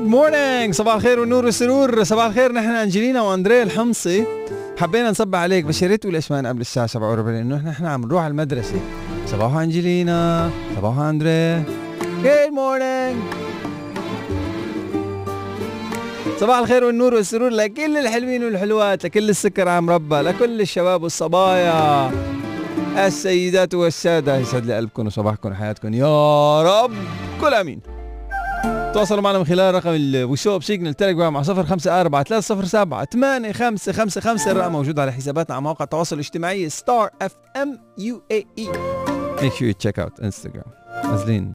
مورنينج، صباح الخير والنور والسرور. صباح الخير، نحن أنجلينا وأندريه الحمصي. حبينا نصبح عليك، بس يا ريت تقول اسمنا قبل الساعة 7 لأنه نحن عم نروح على المدرسة. صباح أنجلينا، صباح أندريه. Good morning. صباح الخير والنور والسرور لكل الحلوين والحلوات، لكل السكر على مربى، لكل الشباب والصبايا، السيدات والسادة. يسعد لي قلبكم وصباحكم وحياتكم يا رب، كل امين. تواصلوا معنا من خلال رقم الواتساب سيجنال تليجرام على 0543078555. الرقم موجود على حساباتنا على مواقع التواصل الاجتماعي ستار اف ام UAE. Make sure you check out Instagram. نازلين.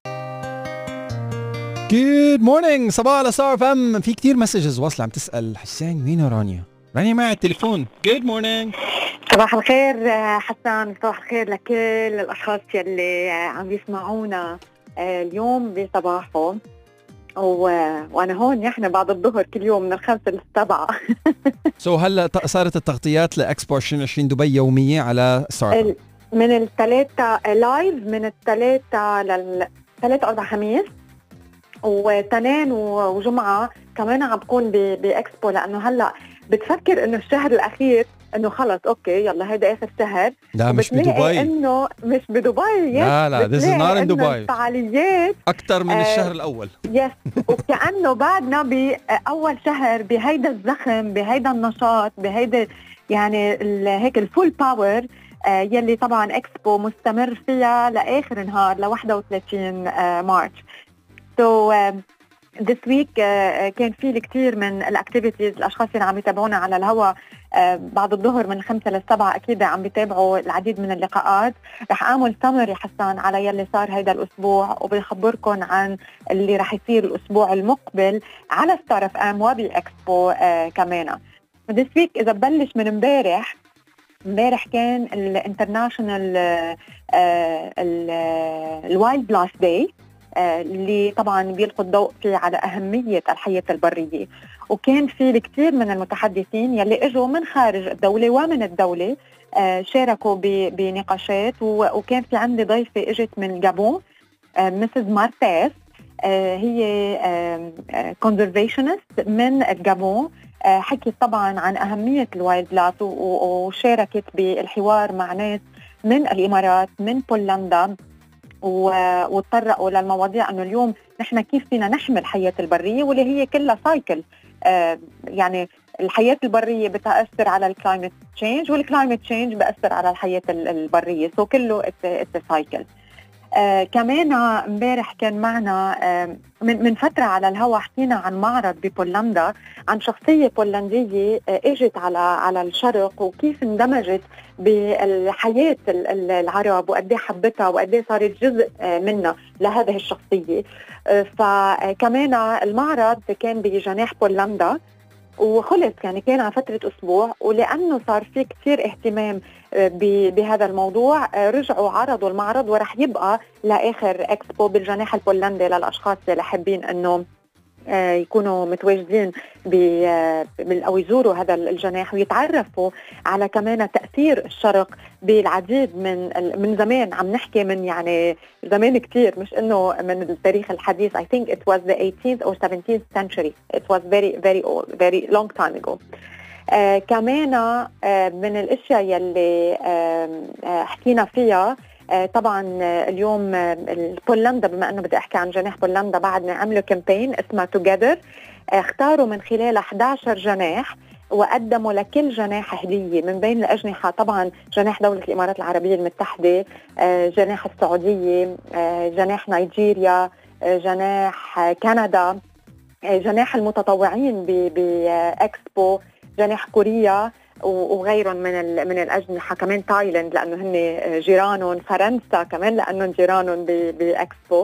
Good morning، صباح على ستار اف ام. في كتير مسجز واصله عم تسال حسان وين رانيا؟ رانيا معي التليفون. Good morning. صباح الخير حسان، صباح الخير لكل الأشخاص يلي عم يسمعونا اليوم بصباحهم. وأنا هون نحن بعد الظهر كل يوم من 5 ل7. هلا صارت التغطيات لإكسبو 2020 دبي يومية على ستار من الثلاثة لايف، من الثلاثة للثلاثة أربع خميس، وتنين وجمعة كمان عم بكون بإكسبو، لأنه هلا بتفكر إنه الشهر الأخير إنه خلص أوكي يلا هيدا آخر شهر. لا مش بدبي، إنه مش بدبي. لا this is not in دبي. فعاليات أكتر من الشهر الأول. يس وكأنه بعدنا بأول شهر بهيدا الزخم، بهيدا النشاط، بهيدا يعني هيك الفول باور يلي طبعا إكسبو مستمر فيها لآخر نهار ل 31 مارس. this week كان في الكثير من الاكتيفيتيز. الاشخاص اللي عم يتابعونا على الهواء بعد الظهر من 5 ل7 اكيد عم بيتابعوا العديد من اللقاءات. رح اعمل سمري حسان على يلي صار هيدا الاسبوع، وبخبركم عن اللي رح يصير الاسبوع المقبل على ستار اف ام وباكسبو كمان. this week اذا ببلش من امبارح كان الانترناشونال الوايلد لايف داي اللي طبعا بيلقوا الضوء فيه على أهمية الحياة البرية، وكان في الكثير من المتحدثين يلي اجوا من خارج الدولة ومن الدولة شاركوا بنقاشات. وكان في عندي ضيفة اجت من الجابون، مسز مارتيز، هي كونزرفيشنست من الجابون. حكيت طبعا عن أهمية الوايلد لايف وشاركت بالحوار مع ناس من الإمارات، من بولندا، وتطرقوا للمواضيع انه اليوم نحن كيف فينا نحمي الحياه البريه، واللي هي كلها سايكل. يعني الحياه البريه بتاثر على الكلايمت تشينج، والكلايمت تشينج بأثر على الحياه البريه، كله سايكل. كمان امبارح كان معنا من فترة على الهواء حكينا عن معرض ببولندا عن شخصية بولندية اجت على الشرق، وكيف اندمجت بالحياة العرب، وقد ايه حبتها، وقد ايه صارت جزء منها لهذه الشخصية. فكمان المعرض كان بجناح بولندا وخلص، يعني كان على فترة أسبوع، ولأنه صار في كثير اهتمام بهذا الموضوع رجعوا عرضوا المعرض، ورح يبقى لآخر إكسبو بالجناح البولندي للأشخاص اللي حابين أنه يكونوا متواجدين أو يزوروا هذا الجناح ويتعرفوا على كمان تأثير الشرق بالعديد من زمان. عم نحكي من يعني زمان كتير، مش إنه من التاريخ الحديث. I think it was the 18th or 17th century. It was very very old, very long time ago. كمان من الاشياء يلي حكينا فيها طبعا اليوم بولندا، بما انه بدي احكي عن جناح بولندا، بعدنا عملوا كامبين اسمها توجذر. اختاروا من خلال 11 جناح وقدموا لكل جناح هدية من بين الأجنحة. طبعا جناح دولة الإمارات العربية المتحدة، جناح السعودية، جناح نيجيريا، جناح كندا، جناح المتطوعين بإكسبو، جناح كوريا، وغيرهم من الأجنحة، كمان تايلاند لأنه هن جيرانهم، فرنسا كمان لأنهم جيرانهم بإكسبو.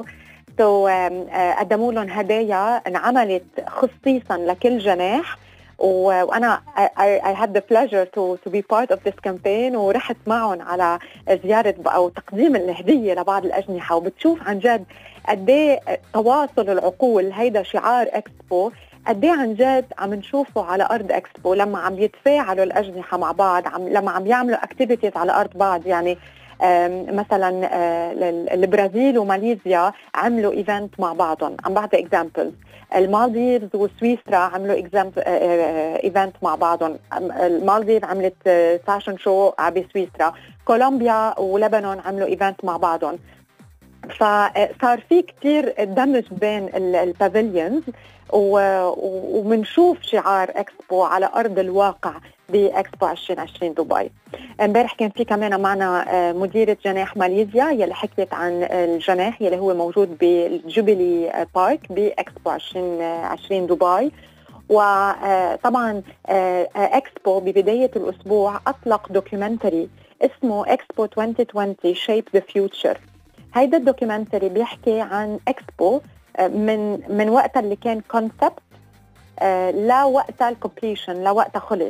قدموا لهم هدايا انعملت خصيصا لكل جناح، وأنا I had the pleasure to be part of this campaign، ورحت معهم على زيارة أو تقديم الهدية لبعض الأجنحة. وبتشوف عن جد قديه تواصل العقول، هيدا شعار إكسبو، قديه عن جد عم نشوفه على أرض إكسبو لما عم يتفاعلوا الأجنحة مع بعض، لما عم يعملوا activities على أرض بعض. يعني مثلا البرازيل وماليزيا عملوا ايفنت مع بعضهم. عم بعطي اكزامبلز. المالديفز وسويسرا عملوا ايفنت مع بعضهم. المالديف عملت فاشن شو بسويسرا. كولومبيا ولبنان عملوا ايفنت مع بعضهم. فصار في كتير دمج بين البافيليونز، ومنشوف شعار اكسبو على ارض الواقع باكسبو 2020 دبي. امبارح كان في كمان معنا مديرة جناح ماليزيا يلي حكيت عن الجناح يلي هو موجود بالجوبيلي بارك باكسبو 2020 دبي. وطبعا اكسبو ببداية الاسبوع اطلق دوكيومنتري اسمه اكسبو 2020 Shape the Future. هيدا الدوكيومنتري بيحكي عن اكسبو من وقتها اللي كان كونسبت لوقتها الكومبليشن، لوقتها خلص.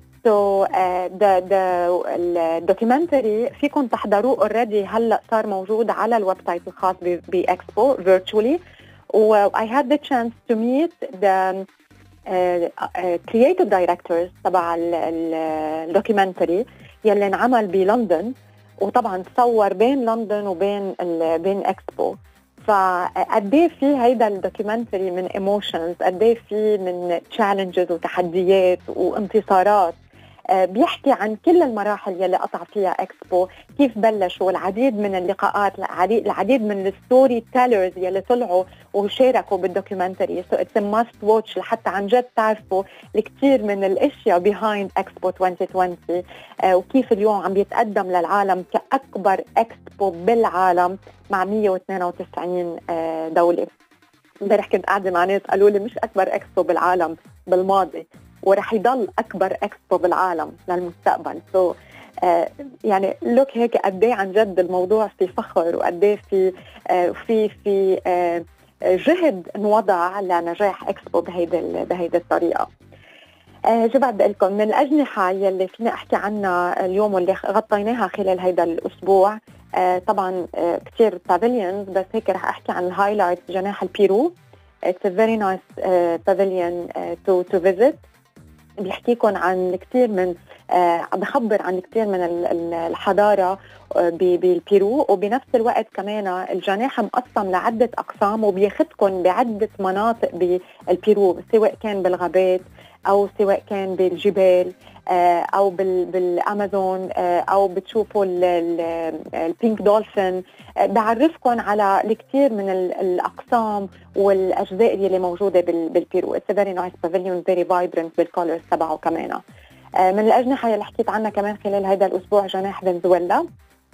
الدوكيومنتري فيكم تحضروه اوريدي، هلا صار موجود على الويب سايت الخاص باكسبو virtually. و I had the chance to meet the creative directors تبع الدوكيومنتري يلي انعمل بلندن، وطبعا تصور بين لندن وبين اكسبو. فقديه في هيدا الدوكيومنتري من ايموشنز، قديه في من تشالنجز وتحديات وانتصارات. بيحكي عن كل المراحل يلي قطع فيها اكسبو، كيف بلشوا، العديد من اللقاءات، العديد من الستوري تيلرز يلي طلعوا وشاركوا بالدوكيومنتري. سو اتس ماست واتش لحتى عن جد تعرفوا الكثير من الاشياء بيهايند اكسبو 2020، وكيف اليوم عم بيتقدم للعالم كاكبر اكسبو بالعالم مع 192 دوله. امبارح كنت قاعده مع ناس قالوا لي مش اكبر اكسبو بالعالم بالماضي، ورح يضل أكبر إكسبو بالعالم للمستقبل. يعني لوك هيك قديه عن جد الموضوع في فخر، وقديه في جهد انوضع لنجاح إكسبو بهيدا الطريقة. شو بعد بقول لكم من الأجنحة يلي فينا أحكي عنها اليوم واللي غطيناها خلال هيدا الأسبوع. طبعا كتير بافيليونز، بس هيك رح أحكي عن الهايلايت. جناح البيرو It's a very nice pavilion to visit. بيحكيكم عن كثير من بخبر عن كثير من الحضارة بالبيرو، وبنفس الوقت كمان الجناح مقسم لعدة أقسام وبياخدكم بعدة مناطق بالبيرو، سواء كان بالغابات أو سواء كان بالجبال أو بالأمازون أو بتشوفوا البينك دولفين. بعرفكم على الكثير من الأقسام والأجزاء اللي موجودة بالبيرو. It's a very nice pavilion, very vibrant بالكولرز تبعه كمان. من الأجنحة اللي حكيت عنها كمان خلال هذا الأسبوع جناح فنزويلا.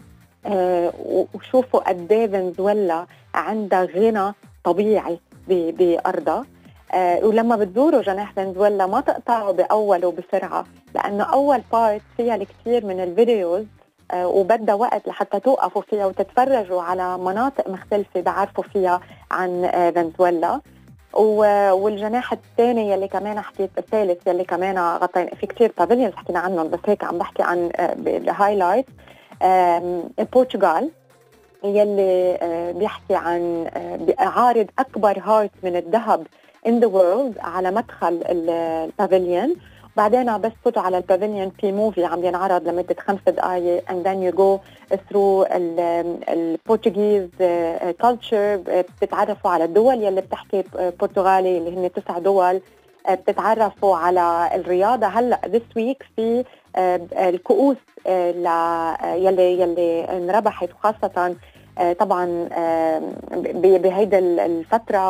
وشوفوا قد ايه فنزويلا عندها غنى طبيعي بأرضها. ولما بتزوروا جناح فنزويلا ما تقطعوا بأوله بسرعة، لأنه أول بارت فيها الكثير من الفيديوز وبدها وقت لحتى توقفوا فيها وتتفرجوا على مناطق مختلفة بعرفوا فيها عن فنزويلا. والجناح الثاني يلي كمان حكيت، الثالث يلي كمان غطينا في كتير بافيليونز حكينا عنهم، بس هيك عم بحكي عن الهايلايت. البرتغال يلي بيحكي عن عارض أكبر هارت من الذهب in the world على مدخل البافيليون. بعدين بس فوتوا على البافيليون في موفي عم ينعرض لمدة 5 دقايق and then you go through البرتغيز culture. بتتعرفوا على الدول يلي بتحكي برتغالي اللي هن 9 دول. بتتعرفوا على الرياضة. هلأ this week في الكؤوس يلي انربحت، وخاصة طبعا بهيدا الفترة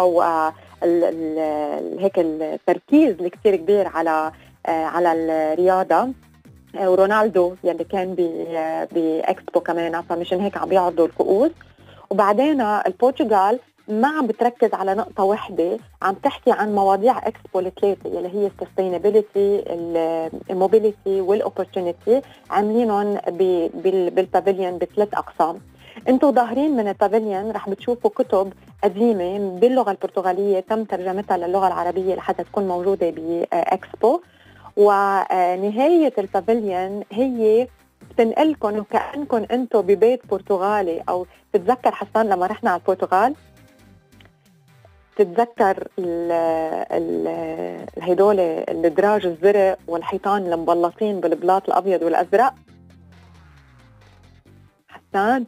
هيك التركيز الكتير كبير على الرياضة. ورونالدو يلي كان بإكسبو كمان، فمشان هيك عم بيعرضوا الكؤوس. وبعدين البرتغال ما عم بتركز على نقطة واحدة، عم تحكي عن مواضيع اكسبو الثلاثة يلي هي السستينابيليتي، الموبيليتي والأوبورتونيتي، عاملينهم بالبافيليون ب3 أقسام. انتوا ظاهرين من البافيليون رح بتشوفوا كتب قديمة باللغة البرتغالية تم ترجمتها للغة العربية لحتى تكون موجودة بإكسبو. ونهاية البافيليون هي بتنقلكم وكأنكم انتوا ببيت برتغالي. او تتذكر حسان لما رحنا على البرتغال، تتذكر هدول الدراج الزرق والحيطان المبلطين بالبلاط الابيض والازرق. understand?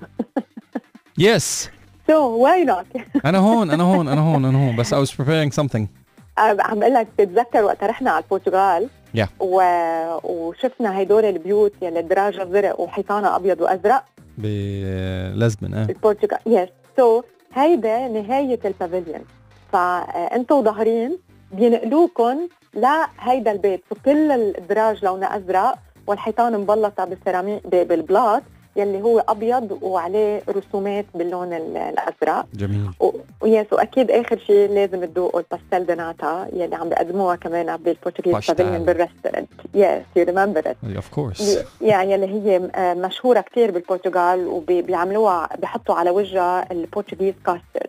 Yes. So why not? أنا هون بس I was preparing something. عم بقول لك بتتذكر وقت رحنا على البرتغال Yeah. وشفنا هدول البيوت يلي دراجة زرق وحيطانها أبيض وأزرق بلزبن البرتغال. يس. سو هيدا نهاية البافيليون، فأنتوا ظاهرين بينقلوكم لهيدا البيت، فكل الدراج لونه أزرق والحيطان مبلطة بالسيراميك بالبلاط يلي هو أبيض وعليه رسومات باللون الأزرق. جميل. ويس، وأكيد آخر شيء لازم تذوقوا الباستيل دوناتا يلي عم بيقدموها كمان بالبرتغيز بافيليون بالريستورانت. يس، you remember it. Of course. يعني يلي هي مشهورة كتير بالبرتغال وبيعملوها بيحطوا على وجهها البرتغيز كاسترد.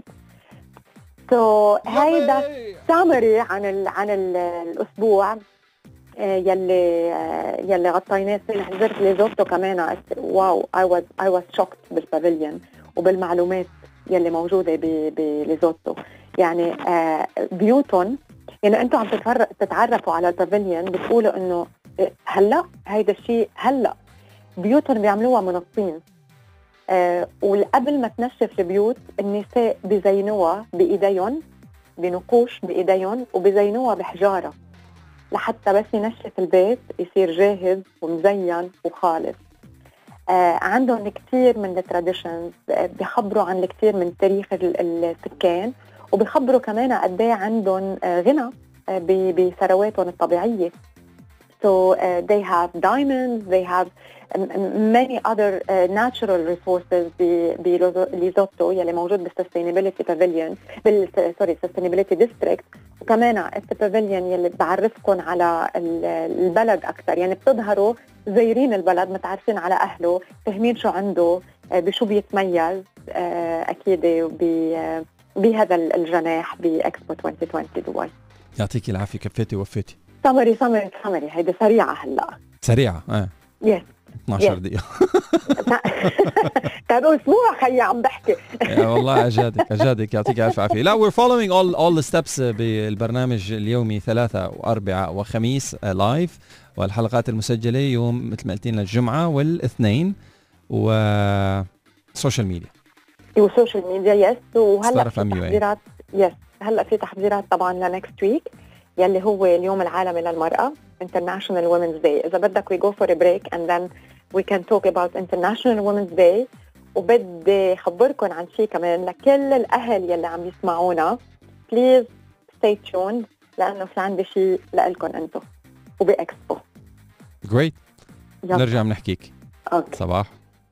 هيدا سامري عن الأسبوع يلي غطيناه السنة. حضرت ليزوتو كمان. واو، I was shocked بالبافيليون وبالمعلومات يلي موجودة بليزوتو. يعني بيوتهم، يعني انتوا عم تتعرفوا على البافيليون بتقولوا انه هلا هيدا الشيء هلا بيوتهم بيعملوها من الطين. وقبل ما تنشف البيوت النساء بيزينوها بإيديهم بنقوش بإيديهم وبيزينوها بحجارة لحتى بس ينشف البيت يصير جاهز ومزين وخالص. عندهم كتير من التراديشنز، بيخبروا عن الكثير من تاريخ السكان، وبيخبروا كمان قديه عندهم غنى بثرواتهم الطبيعية. So they have diamonds, they have many other natural resources بليزوتو يلي موجود بالsustainability pavilion sustainability district. وكمان البافيليون يلي بعرفكم على البلد أكثر، يعني بتظهروا زايرين البلد، متعرفين على أهله، فاهمين شو عنده، بشو بيتميز أكيد بهذا الجناح بإكسبو 2020 دبي. يعطيك العافية، كفيتي ووفيتي. سمري هيدا سريعة هلا. سريعة يس 12 دقيقة. كانوا اسبوع خيي عم بحكي. والله أجادك يعطيك ألف عافية. لا we're following all the steps بالبرنامج اليومي 3 و4 وخميس لايف، والحلقات المسجلة يوم مثل ما قلتين الجمعة والاثنين، وسوشيال ميديا وسوشيال ميديا. يس. وهلا في تحضيرات. يس، هلا في تحضيرات طبعا لنكست ويك يلي هو اليوم العالمي للمرأة International Women's Day. إذا بدك we go for a break and then we can talk about International Women's Day. وبدي خبركن عن شيء كمان لكل الأهل يلي عم يسمعونا. please stay tuned لأنه في عندي شيء لإلكن أنتو وبإكسبو. Great. نرجع بنحكيك. Okay. صباح.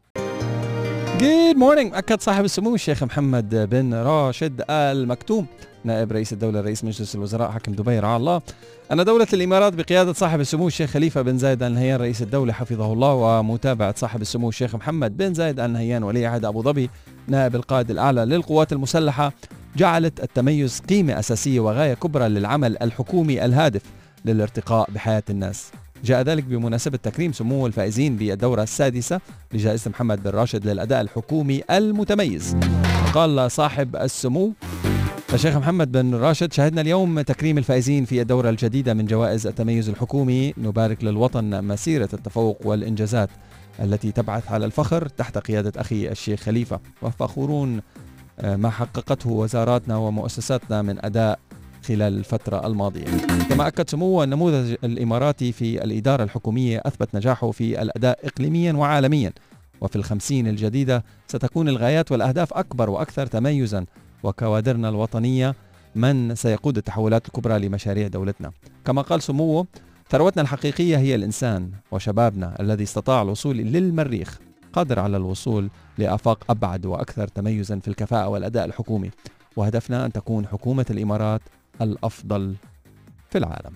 Good morning. أكد صاحب السمو الشيخ محمد بن راشد آل مكتوم نائب رئيس الدولة رئيس مجلس الوزراء حاكم دبي رعاه الله أن دولة الإمارات بقيادة صاحب السمو الشيخ خليفة بن زايد آل نهيان رئيس الدولة حفظه الله، ومتابعة صاحب السمو الشيخ محمد بن زايد آل نهيان ولي عهد أبو ظبي نائب القائد الأعلى للقوات المسلحة جعلت التميز قيمة أساسية وغاية كبرى للعمل الحكومي الهادف للارتقاء بحياة الناس. جاء ذلك بمناسبة تكريم سمو الفائزين بالدورة السادسة لجائزة محمد بن راشد للأداء الحكومي المتميز. قال صاحب السمو الشيخ محمد بن راشد: شهدنا اليوم تكريم الفائزين في الدورة الجديدة من جوائز التميز الحكومي، نبارك للوطن مسيرة التفوق والإنجازات التي تبعث على الفخر تحت قيادة أخي الشيخ خليفة، وفخورون ما حققته وزاراتنا ومؤسساتنا من أداء خلال الفترة الماضية. كما أكد سموه النموذج الإماراتي في الإدارة الحكومية أثبت نجاحه في الأداء إقليميا وعالميا، وفي ال50 الجديدة ستكون الغايات والأهداف أكبر وأكثر تميزا، وكوادرنا الوطنية من سيقود التحولات الكبرى لمشاريع دولتنا. كما قال سموه: ثروتنا الحقيقية هي الإنسان وشبابنا الذي استطاع الوصول للمريخ، قادر على الوصول لآفاق أبعد وأكثر تميزا في الكفاءة والأداء الحكومي، وهدفنا أن تكون حكومة الإمارات الأفضل في العالم.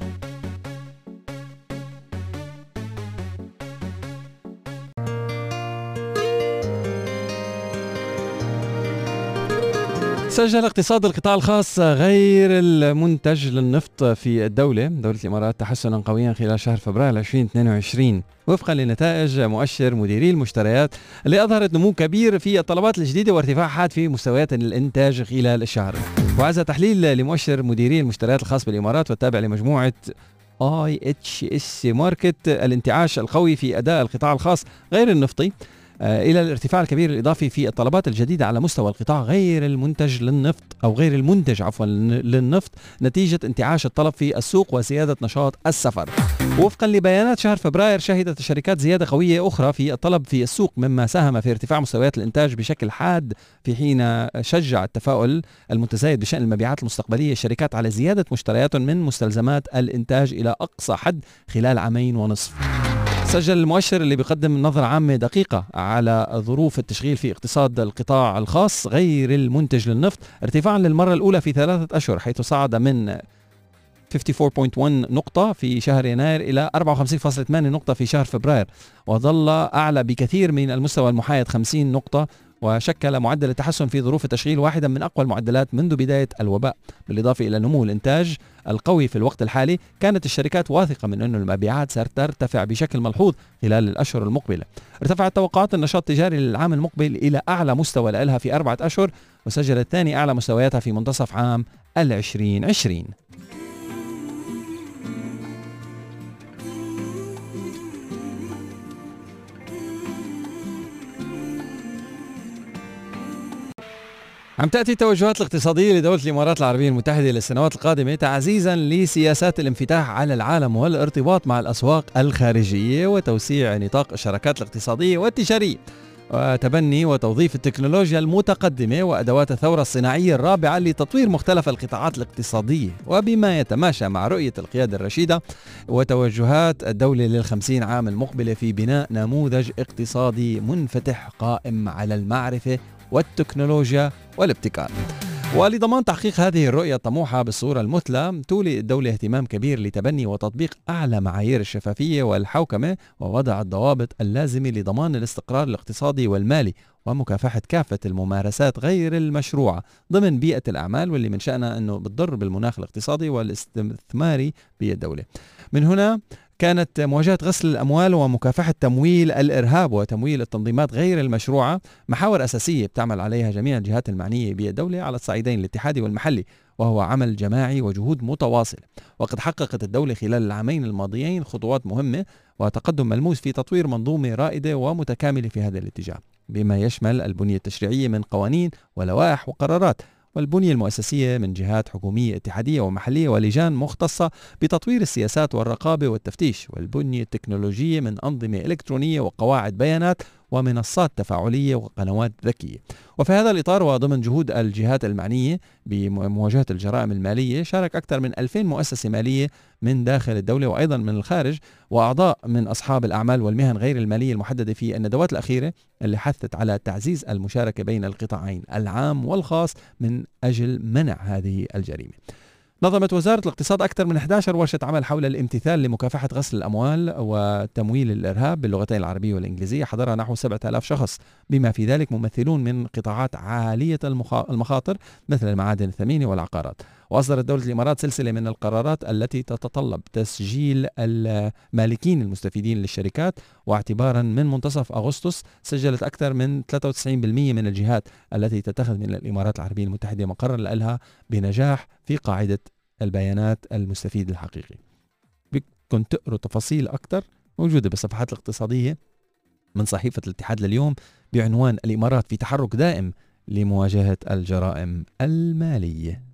سجل اقتصاد القطاع الخاص غير المنتج للنفط في دولة الإمارات تحسنا قويا خلال شهر فبراير 2022 وفقا لنتائج مؤشر مديري المشتريات اللي أظهرت نمو كبير في الطلبات الجديدة وارتفاع حاد في مستويات الإنتاج خلال الشهر. وهذا تحليل لمؤشر مديري المشتريات الخاص بالإمارات والتابع لمجموعة IHS ماركت الانتعاش القوي في أداء القطاع الخاص غير النفطي إلى الارتفاع الكبير الإضافي في الطلبات الجديدة على مستوى القطاع غير المنتج للنفط أو غير المنتج للنفط نتيجة انتعاش الطلب في السوق وزيادة نشاط السفر. وفقا لبيانات شهر فبراير شهدت الشركات زيادة قوية أخرى في الطلب في السوق مما ساهم في ارتفاع مستويات الإنتاج بشكل حاد، في حين شجع التفاؤل المتزايد بشأن المبيعات المستقبلية الشركات على زيادة مشتريات من مستلزمات الإنتاج إلى أقصى حد خلال 2.5 عام. سجل المؤشر اللي بيقدم نظرة عامة دقيقة على ظروف التشغيل في اقتصاد القطاع الخاص غير المنتج للنفط ارتفاعا للمرة الأولى في 3 أشهر، حيث صعد من 54.1 نقطة في شهر يناير إلى 54.8 نقطة في شهر فبراير، وظل أعلى بكثير من المستوى المحايد 50 نقطة، وشكل معدل التحسن في ظروف التشغيل واحدا من أقوى المعدلات منذ بداية الوباء. بالإضافة إلى نمو الإنتاج القوي في الوقت الحالي، كانت الشركات واثقة من أن المبيعات سترتفع بشكل ملحوظ خلال الأشهر المقبلة. ارتفعت توقعات النشاط التجاري للعام المقبل إلى أعلى مستوى لها في 4 أشهر، وسجلت ثاني أعلى مستوياتها في منتصف عام 2020. عم تأتي التوجهات الاقتصادية لدولة الإمارات العربية المتحدة للسنوات القادمة تعزيزا لسياسات الانفتاح على العالم والارتباط مع الأسواق الخارجية وتوسيع نطاق الشراكات الاقتصادية والتجارية وتبني وتوظيف التكنولوجيا المتقدمة وأدوات الثورة الصناعية الرابعة لتطوير مختلف القطاعات الاقتصادية، وبما يتماشى مع رؤية القيادة الرشيدة وتوجهات الدولة لل50 عام المقبلة في بناء نموذج اقتصادي منفتح قائم على المعرفة والتكنولوجيا والابتكار. ولضمان تحقيق هذه الرؤية الطموحة بالصورة المثلى، تولي الدولة اهتمام كبير لتبني وتطبيق أعلى معايير الشفافية والحوكمة ووضع الضوابط اللازمة لضمان الاستقرار الاقتصادي والمالي ومكافحة كافة الممارسات غير المشروعة ضمن بيئة الأعمال، واللي من شأنها أنه بتضر بالمناخ الاقتصادي والاستثماري بالدولة. من هنا كانت مواجهة غسل الأموال ومكافحة تمويل الإرهاب وتمويل التنظيمات غير المشروعة محاور أساسية بتعمل عليها جميع الجهات المعنية بالدولة على الصعيدين الاتحادي والمحلي، وهو عمل جماعي وجهود متواصلة. وقد حققت الدولة خلال العامين الماضيين خطوات مهمة وتقدم ملموس في تطوير منظومة رائدة ومتكاملة في هذا الاتجاه، بما يشمل البنية التشريعية من قوانين ولوائح وقرارات، والبنية المؤسسية من جهات حكومية اتحادية ومحلية ولجان مختصة بتطوير السياسات والرقابة والتفتيش، والبنية التكنولوجية من أنظمة إلكترونية وقواعد بيانات ومنصات تفاعلية وقنوات ذكية. وفي هذا الإطار وضمن جهود الجهات المعنية بمواجهة الجرائم المالية، شارك أكثر من 2000 مؤسسة مالية من داخل الدولة وأيضا من الخارج وأعضاء من أصحاب الأعمال والمهن غير المالية المحددة في الندوات الأخيرة اللي حثت على تعزيز المشاركة بين القطاعين العام والخاص من أجل منع هذه الجريمة. نظمت وزارة الاقتصاد أكثر من 11 ورشة عمل حول الامتثال لمكافحة غسل الأموال وتمويل الإرهاب باللغتين العربية والإنجليزية، حضرها نحو 7000 شخص، بما في ذلك ممثلون من قطاعات عالية المخاطر مثل المعادن الثمينة والعقارات. وأصدرت دولة الإمارات سلسلة من القرارات التي تتطلب تسجيل المالكين المستفيدين للشركات، واعتبارا من منتصف أغسطس سجلت أكثر من 93% من الجهات التي تتخذ من الإمارات العربية المتحدة مقرا لها بنجاح في قاعدة البيانات المستفيد الحقيقي. بدكم تقروا تفاصيل أكثر موجودة بالصفحات الاقتصادية من صحيفة الاتحاد لليوم بعنوان الإمارات في تحرك دائم لمواجهة الجرائم المالية.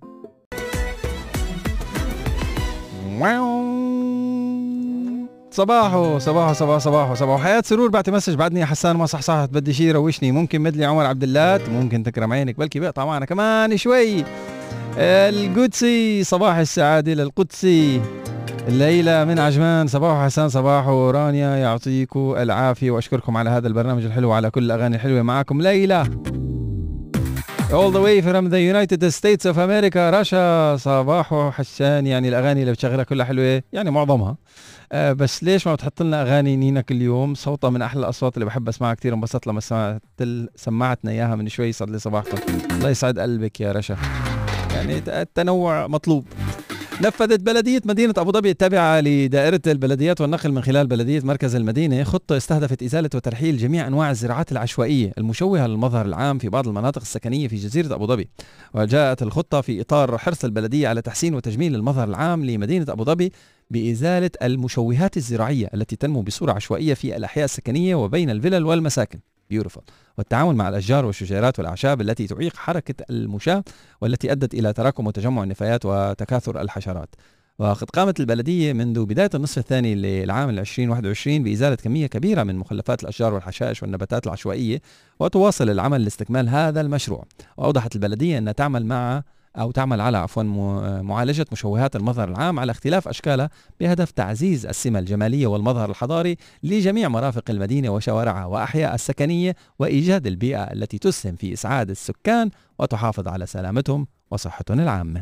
صباحو صباحو صباح صباحو صباحو حياة سرور. بعت مسج بعدني يا حسان ما صحصحت بدي شي روشني، ممكن مدلي عمر عبد اللات، ممكن تكرم عينك بلكي بقطع معنا كمان شوي. القدسي صباح السعادة للقدسي. الليلة من عجمان صباحو حسان صباحو رانيا، يعطيكم العافية وأشكركم على هذا البرنامج الحلو وعلى كل الأغاني الحلوة. معكم ليلى all the way from the United States of America. رشا صباحو حسان، يعني الأغاني اللي بتشغلها كلها حلوة يعني معظمها، بس ليش ما بتحط لنا أغاني نينا كل يوم؟ صوتها من أحلى الأصوات اللي بحب أسمعها كتير، انبسطت لما سمعتنا إياها من شوي. يسعد لي صباحكم. الله يسعد قلبك يا رشا، يعني التنوع مطلوب. نفذت بلدية مدينة أبو ظبي التابعة لدائرة البلديات والنقل من خلال بلدية مركز المدينة خطة استهدفت إزالة وترحيل جميع أنواع الزراعات العشوائية المشوهة للمظهر العام في بعض المناطق السكنية في جزيرة أبو ظبي. وجاءت الخطة في إطار حرص البلدية على تحسين وتجميل المظهر العام لمدينة أبو ظبي بإزالة المشوهات الزراعية التي تنمو بصورة عشوائية في الأحياء السكنية وبين الفلل والمساكن. beautiful. والتعامل مع الأشجار والشجيرات والأعشاب التي تعيق حركة المشاة والتي أدت إلى تراكم وتجمع النفايات وتكاثر الحشرات. وقد قامت البلدية منذ بداية النصف الثاني للعام 2021 بإزالة كمية كبيرة من مخلفات الأشجار والحشائش والنباتات العشوائية، وتواصل العمل لاستكمال هذا المشروع. وأوضحت البلدية أن تعمل على معالجة مشوهات المظهر العام على اختلاف أشكالها بهدف تعزيز السمة الجمالية والمظهر الحضاري لجميع مرافق المدينة وشوارعها وأحياء السكنية، وإيجاد البيئة التي تسهم في إسعاد السكان وتحافظ على سلامتهم وصحتهم العامة.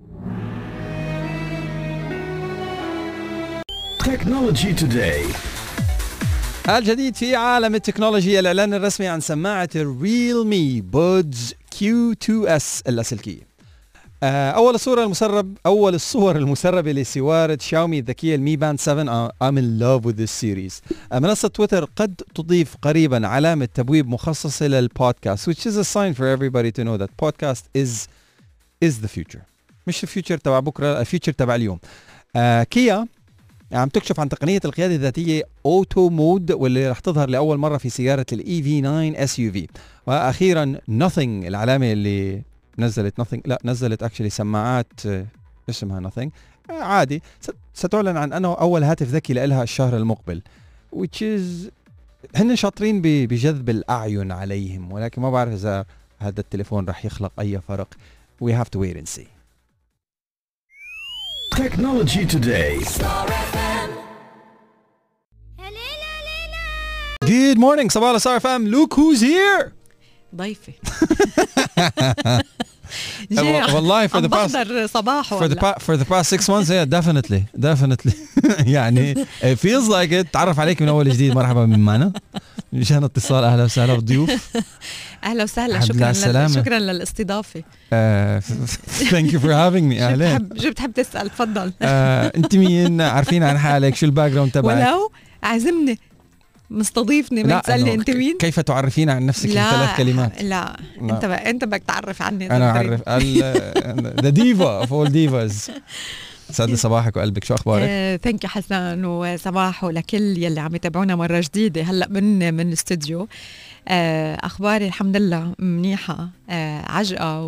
Technology Today. الجديد في عالم التكنولوجيا، الإعلان الرسمي عن سماعة الريلمي بودز Q2S اللاسلكية. أول الصور المسربة لسوارة شاومي الذكية المي باند 7. I'm in love with this series. منصة تويتر قد تضيف قريبا علامة تبويب مخصصة للبودكاست, which is a sign for everybody to know that podcast is the future. مش الفيوتشر تبع بكرة, الفيوتشر تبع اليوم. كيا عم تكشف عن تقنية القيادة الذاتية أوتو مود, واللي رح تظهر لأول مرة في سيارة الإي في 9 SUV. وأخيرا Nothing, العلامة اللي نزلت actually سماعات اسمها Nothing عادي, ستعلن عن أنه أول هاتف ذكي لها الشهر المقبل, which is هن شاطرين بجذب الأعين عليهم, ولكن ما بعرف إذا هذا التليفون رح يخلق أي فرق. We have to wait and see. Technology Today. Good morning, صباح الخير fam. Look who's here. ضيفي. والله for the past 6 months, yeah, definitely. يعني it feels like it. تعرف عليك من أول جديد. مرحبا من معنا. مشان اتصال. أهلا وسهلا بالضيوف. أهلا وسهلا. شكرا للاستضافة. Thank you for having me. أهلا. بتحب تسأل, تفضل. أنت مين؟ عارفين عن حالك؟ شو الباك جراوند تبعك؟ ولو عزمني مستضيفني ما تسألني أنت مين؟ كيف تعرفين عن نفسك في 3 كلمات؟ لا. أنت بدك تعرف عني. أنا أعرف the diva of all divas. سعد لي صباحك وقلبك. شو أخبارك؟ ثانك يو حسن, وصباح لكل يلي عم يتابعونا مرة جديدة هلأ من الاستوديو. أخباري الحمد لله منيحة, عجقة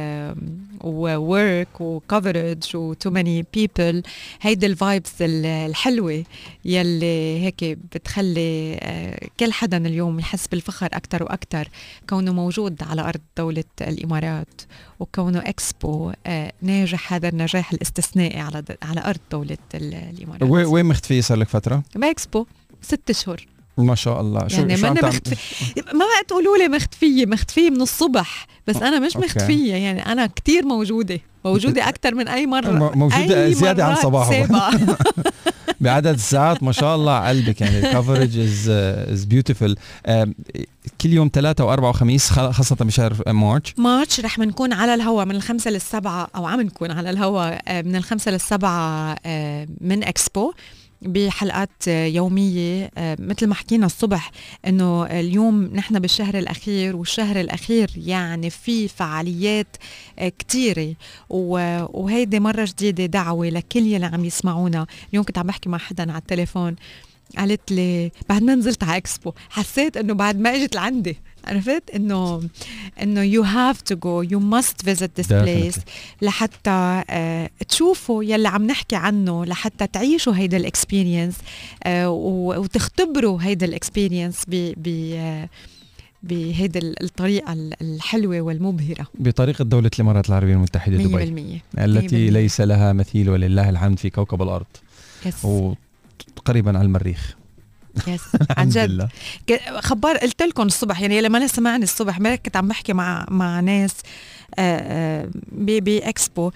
وwork وcoverage و too many people. هيدي الفايبس الحلوة يلي هيك بتخلي كل حدا اليوم يحس بالفخر أكتر وأكتر كونه موجود على أرض دولة الإمارات, وكونه إكسبو ناجح هذا النجاح الاستثنائي على أرض دولة الإمارات. وين مختفية صار لك فترة؟ بإكسبو 6 أشهر. ما شاء الله. يعني ما بقى تقولوا لي مختفية من الصبح, بس أنا مش مختفية, يعني أنا كتير موجودة أكتر من أي مرة, موجودة زيادة عن صباحه بعدد الساعات. ما شاء الله قلبك. يعني الكفرج is beautiful. كل يوم 3 و4 وخميس, خاصة بشهر مارش رح نكون على الهواء من 5 ل7, أو عم نكون على الهواء من 5 ل7 من إكسبو بحلقات يومية. مثل ما حكينا الصبح انه اليوم نحن بالشهر الاخير, والشهر الاخير يعني في فعاليات كتيرة, وهيدي مرة جديدة دعوة لكل يلي عم يسمعونا. اليوم كنت عم بحكي مع حدا على التليفون, قالت لي بعد ما نزلت على اكسبو حسيت انه بعد ما اجت لعندي, عرفت انه you have to go, you must visit this place لحتى تشوفوا يلي عم نحكي عنه, لحتى تعيشوا هيدا الاكسبيرينس وتختبروا هيدا الاكسبيرينس بهيدا الطريقة الحلوة والمبهرة, بطريقة دولة الإمارات العربية المتحدة دبي 100% التي ليس لها مثيل ولله الحمد في كوكب الأرض. وقريبا على المريخ. عن جد. خبار قلت لكم الصبح, يعني لما أنا سمعني الصبح ما كنت عم بحكي مع ناس بإكسبو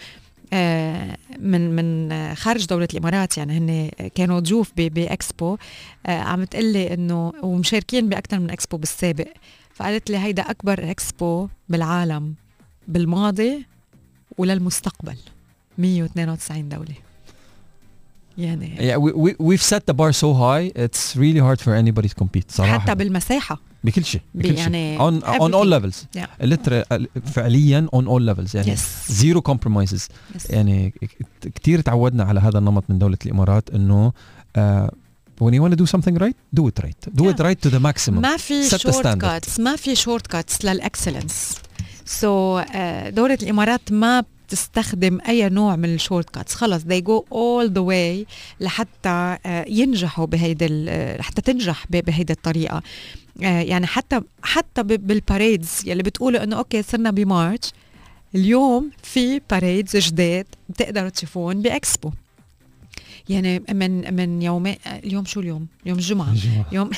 من خارج دولة الإمارات, يعني هن كانوا ضيوف بإكسبو, عم تقلي إنه ومشاركين بأكثر من إكسبو بالسابق. فقالت لي هيدا أكبر إكسبو بالعالم بالماضي وللمستقبل, 192 دولة. يعني we've set the bar so high it's really hard for anybody to compete صراحة. حتى بالمساحة بكل شيء يعني on all levels. فعليا on all levels, يعني zero compromises. يعني كتير تعودنا على هذا النمط من دولة الإمارات, إنه when you want to do something right, do it right. Do it right to the maximum. ما في Set the شورت standard. كاتس، ما في شورت كاتس للإكسلنس. دولة الإمارات ما تستخدم أي نوع من الشورت كاتس، خلص they go all the way لحتى ينجحوا حتى تنجح بهيدي الطريقة. يعني حتى بالباريدز يلي بتقولوا إنه أوكي صرنا بمارش، اليوم في باريدز جداد بتقدروا تشوفون بإكسبو. يعني من يومين، اليوم شو اليوم الجمعة. يوم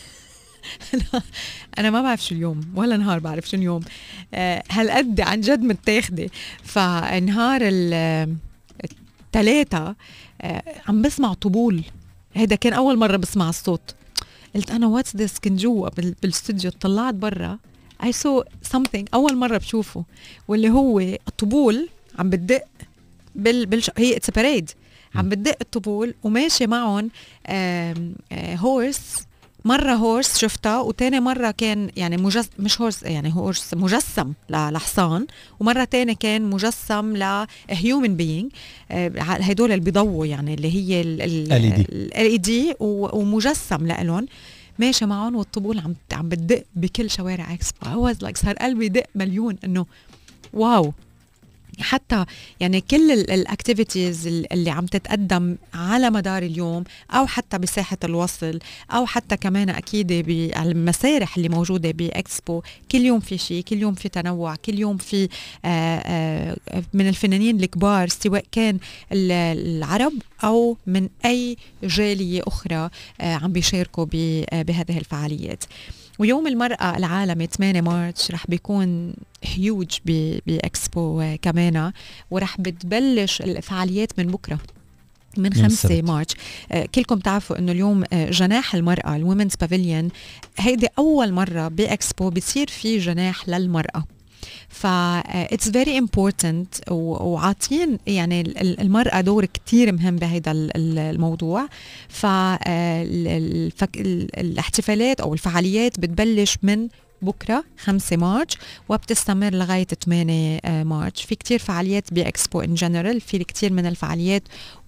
أنا ما بعرف شو اليوم ولا نهار بعرف شو اليوم. هالقد عن جد متاخدة. فنهار الثلاثة عم بسمع طبول، هيدا كان أول مرة بسمع الصوت. قلت أنا واتس ذس، كنت جوا بالاستوديو، طلعت برا I saw something أول مرة بشوفه، واللي هو الطبول عم بتدق هي it's a parade، عم بتدق الطبول وماشي معهم هورس. مرة هورس شفتها، وتاني مرة كان يعني مش هورس، يعني هورس مجسم لحصان، ومرة تاني كان مجسم لهيومن بينج. هيدول اللي بيضووا يعني اللي هي LED ومجسم لألون ماشي معهم، والطبول عم بتدق بكل شوارع اكسبو. صار قلبي يدق مليون انه واو. حتى يعني كل الاكتيفيتيز اللي عم تتقدم على مدار اليوم، او حتى بساحة الوصل، او حتى كمان اكيد بالمسارح اللي موجودة باكسبو، كل يوم في شيء، كل يوم في تنوع، كل يوم في من الفنانين الكبار، سواء كان العرب او من اي جالية اخرى عم بيشاركوا بهذه الفعاليات. ويوم المرأة العالمي 8 مارس رح بيكون هيوج بإكسبو كمان، ورح بتبلش الفعاليات من بكرة من 5 مارس. كلكم تعرفوا انه اليوم جناح المرأة الومنز بافيليون، هيدي أول مرة بإكسبو بيصير في جناح للمرأة. it's very important، وعاطين يعني المرأة دور كتير مهم بهذا الموضوع. الاحتفالات أو الفعاليات بتبلش من بكرة 5 مارس وبتستمر لغاية 8 مارس. في كتير فعاليات بإكسبو in general، في كتير من الفعاليات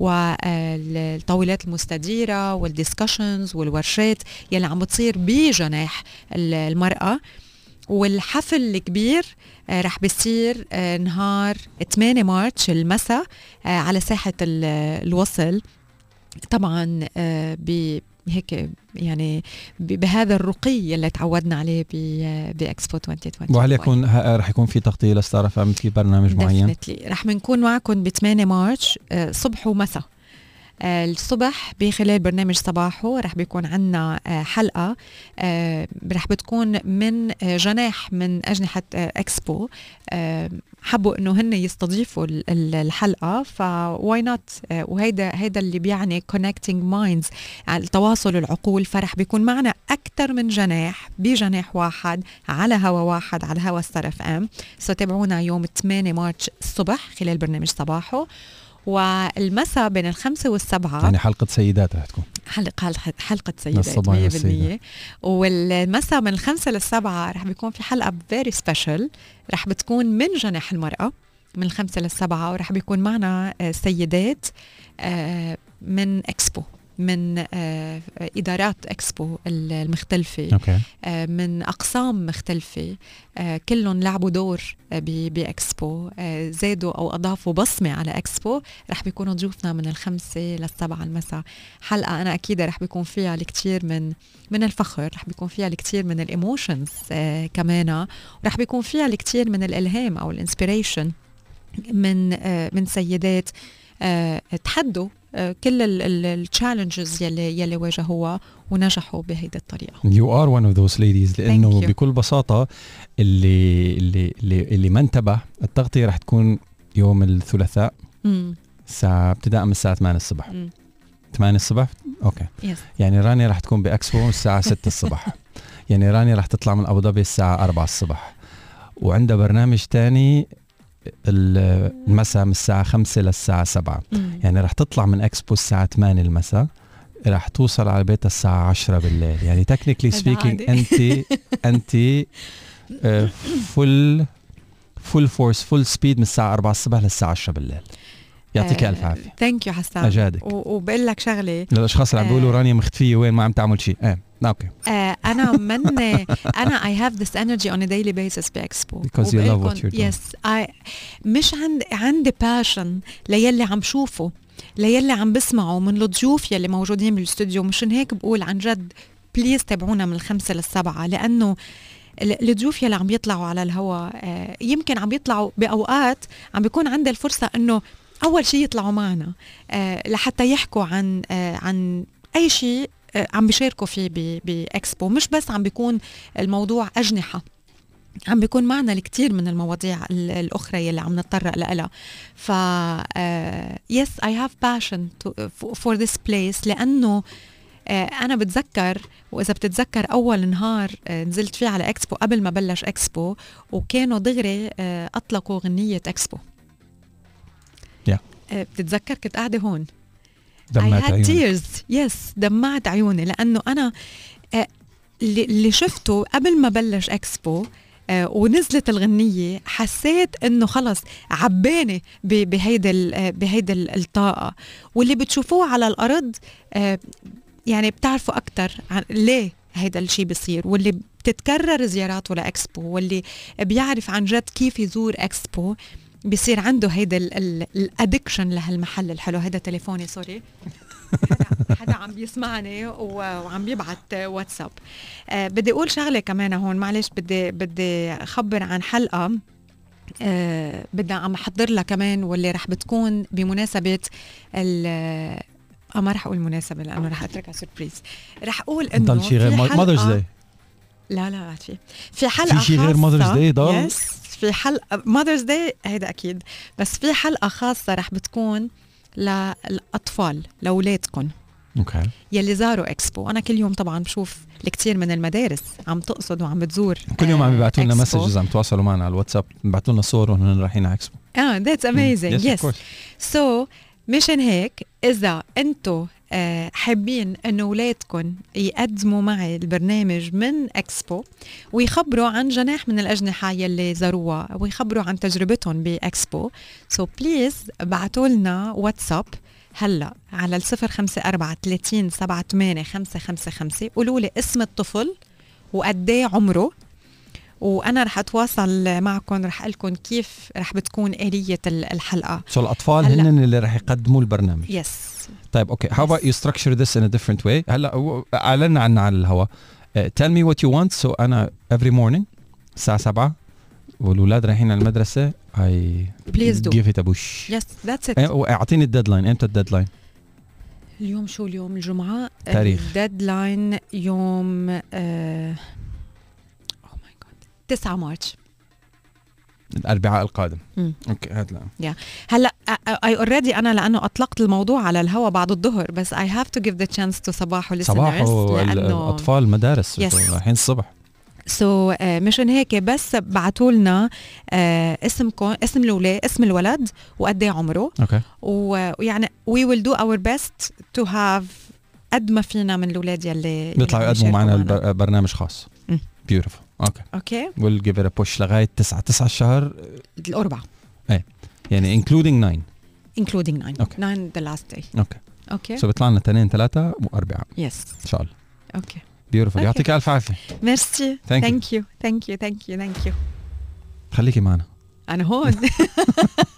والطاولات المستديرة والديسكشنز والورشات يلي عم بتصير بجناح المرأة. والحفل الكبير رح بيصير نهار 8 مارس المساء على ساحة الوصل، طبعا هيك يعني بهذا الرقي اللي تعودنا عليه بإكسبو 2020. وهل رح يكون في تغطية لستار اف ام في برنامج معين؟ رح بنكون معكم ب 8 مارس صبح ومساء. الصبح بخلال برنامج صباحو رح بيكون عنا حلقة رح بتكون من جناح من أجنحة إكسبو. حبوا إنه هن يستضيفوا الحلقة، فواي نوت. وهيدا اللي بيعني connecting minds، يعني تواصل العقول. فرح بيكون معنا أكتر من جناح بجناح واحد على هوا واحد، على هوا ستار اف ام. تابعونا يوم 8 مارس الصبح خلال برنامج صباحو، والمساء بين 5 و7 يعني حلقة سيدات رح تكون حلقة سيدات 100%. والمساء من 5 ل7 رح بيكون في حلقة very special، رح بتكون من جناح المرأة من 5 ل7، ورح بيكون معنا سيدات من إكسبو، من إدارات إكسبو المختلفة، من أقسام مختلفة، كلهم لعبوا دور بإكسبو، زادوا أو أضافوا بصمة على إكسبو. رح بيكونوا ضيوفنا من 5 ل7 المساء. حلقة أنا أكيد رح بيكون فيها الكثير من الفخر، رح بيكون فيها الكثير من الإيموشنز كمان، ورح بيكون فيها الكثير من الإلهام أو الانسبيريشن من سيدات تحدوا كل التشالنجز يلي واجهوها ونجحوا بهيدي الطريقة. You are one of those ladies. لأنه بكل بساطة اللي ما انتبه، التغطية رح تكون يوم الثلاثاء الساعة ابتداء من الساعة 8 الصبح. 8 الصبح أوكي. يعني رانيا رح تكون بأكسبو الساعة 6 الصبح. يعني رانيا رح تطلع من أبو ظبي الساعة 4 الصبح، وعندها برنامج تاني المساء من الساعة 5 للساعة 7. يعني رح تطلع من إكسبو الساعة 8 المساء، رح توصل على بيتها الساعة 10 بالليل. يعني technically speaking أنت full force full speed من الساعة 4 الصبح للساعة 10 بالليل. يعطيك الف عافيه. ثانك يو حسان. اجادك. وبقول لك شغله للاشخاص اللي عم بيقولوا رانيا مختفيه وين ما عم تعمل شيء. اوكي. انا انا I have this energy on a daily basis بإكسبو. Because you love what you're doing. Yes, مش عندي passion ليلي عم شوفه، ليلي عم بسمعه من الضيوف يلي موجودين بالاستوديو. مشان هيك بقول عن جد بليز تابعونا من 5 ل7، لأنه الضيوف يلي عم يطلعوا على الهواء يمكن عم يطلعوا بأوقات عم بيكون عندي الفرصة إنه أول شيء يطلعوا معنا لحتى يحكوا عن أي شيء عم بيشاركوا فيه بإكسبو. مش بس عم بيكون الموضوع أجنحة، عم بيكون معنا الكثير من المواضيع الأخرى يلي عم نتطرق لها. ف yes I have passion for this place، لأنه أنا بتذكر، وإذا بتتذكر أول نهار نزلت فيه على إكسبو قبل ما بلش إكسبو، وكانوا دغري أطلقوا غنية إكسبو. بتتذكر كنت قاعدة هون دمعت عيوني. yes دمعت عيوني، لأنه أنا اللي شفته قبل ما بلش إكسبو ونزلت الغنية حسيت إنه خلص عباني بهيدا الطاقة. واللي بتشوفوه على الأرض يعني بتعرفوا أكتر عن ليه هيدا الشيء بيصير، واللي بتتكرر زياراته لإكسبو، واللي بيعرف عن جد كيف يزور إكسبو بيصير عنده هيدا الادكشن لهالمحل الحلو. هيدا تليفوني سوري. حدا عم بيسمعني وعم بيبعت واتساب. بدي اقول شغله كمان هون، معلش بدي اخبر عن حلقه بدي عم احضر لها كمان، واللي رح بتكون بمناسبه ما رح اقول مناسبه لانه رح اتركها سوربريز. رح اقول انه ضل شيء غير ماذرز داي. لا في حلقه في شيء غير ماذرز داي ضل. في حلقة ماذرز داي هيدا أكيد، بس في حلقة خاصة رح بتكون للأطفال لأولادكم اوكي يلي زاروا إكسبو. أنا كل يوم طبعا بشوف الكثير من المدارس عم تقصد وعم بتزور كل يوم عم يبعتوا لنا مسجز، عم تواصلوا معنا على الواتساب، بيبعتوا لنا صور وهن رايحين على إكسبو. that's amazing. yes so مشان هيك إذا أنتو حابين أنه أولادكم يقدموا معي البرنامج من إكسبو ويخبروا عن جناح من الأجنحة يلي زاروها ويخبروا عن تجربتهم بإكسبو، so please بعتوا لنا واتساب هلأ على 0543 قولوا لي اسم الطفل وقديه عمره، وأنا رح أتواصل معكم، رح أقلكم كيف رح بتكون آلية الحلقة. الأطفال هن اللي رح يقدموا البرنامج. yes. طيب أوكي. how about you structure this in a different way؟ هلأ أعلنا عنها على الهواء. tell me what you want. so أنا every morning الساعة 7 والولاد رايحين على المدرسة I please do give it a push. yes that's it. أعطيني الديدلاين. إمتى الديدلاين؟ اليوم شو اليوم؟ الجمعة. تاريخ الديدلاين يوم 9 مارس الأربعاء القادم. اوكي هات هلا I already أنا لأنه أطلقت الموضوع على الهوا بعد الظهر، بس I have to give the chance to صباح الأطفال مدارس رايحين الصبح. مشان هيك بس بعتوا لنا اسمكم، اسم الولد وقد ايه عمره. ويعني we will do our best to have قد ما فينا من الأولاد يلي بيطلعوا يقدموا معنا برنامج خاص. beautiful. اوكي we'll give it a push لغاية 9 الشهر الأربعاء. يعني including 9 9 the last day. اوكي so بيطلع لنا 2 3 و4 yes ان شاء الله. اوكي beautiful. يعطيك الف عافية. ميرسي. thank you. خليكي معنا. أنا هون.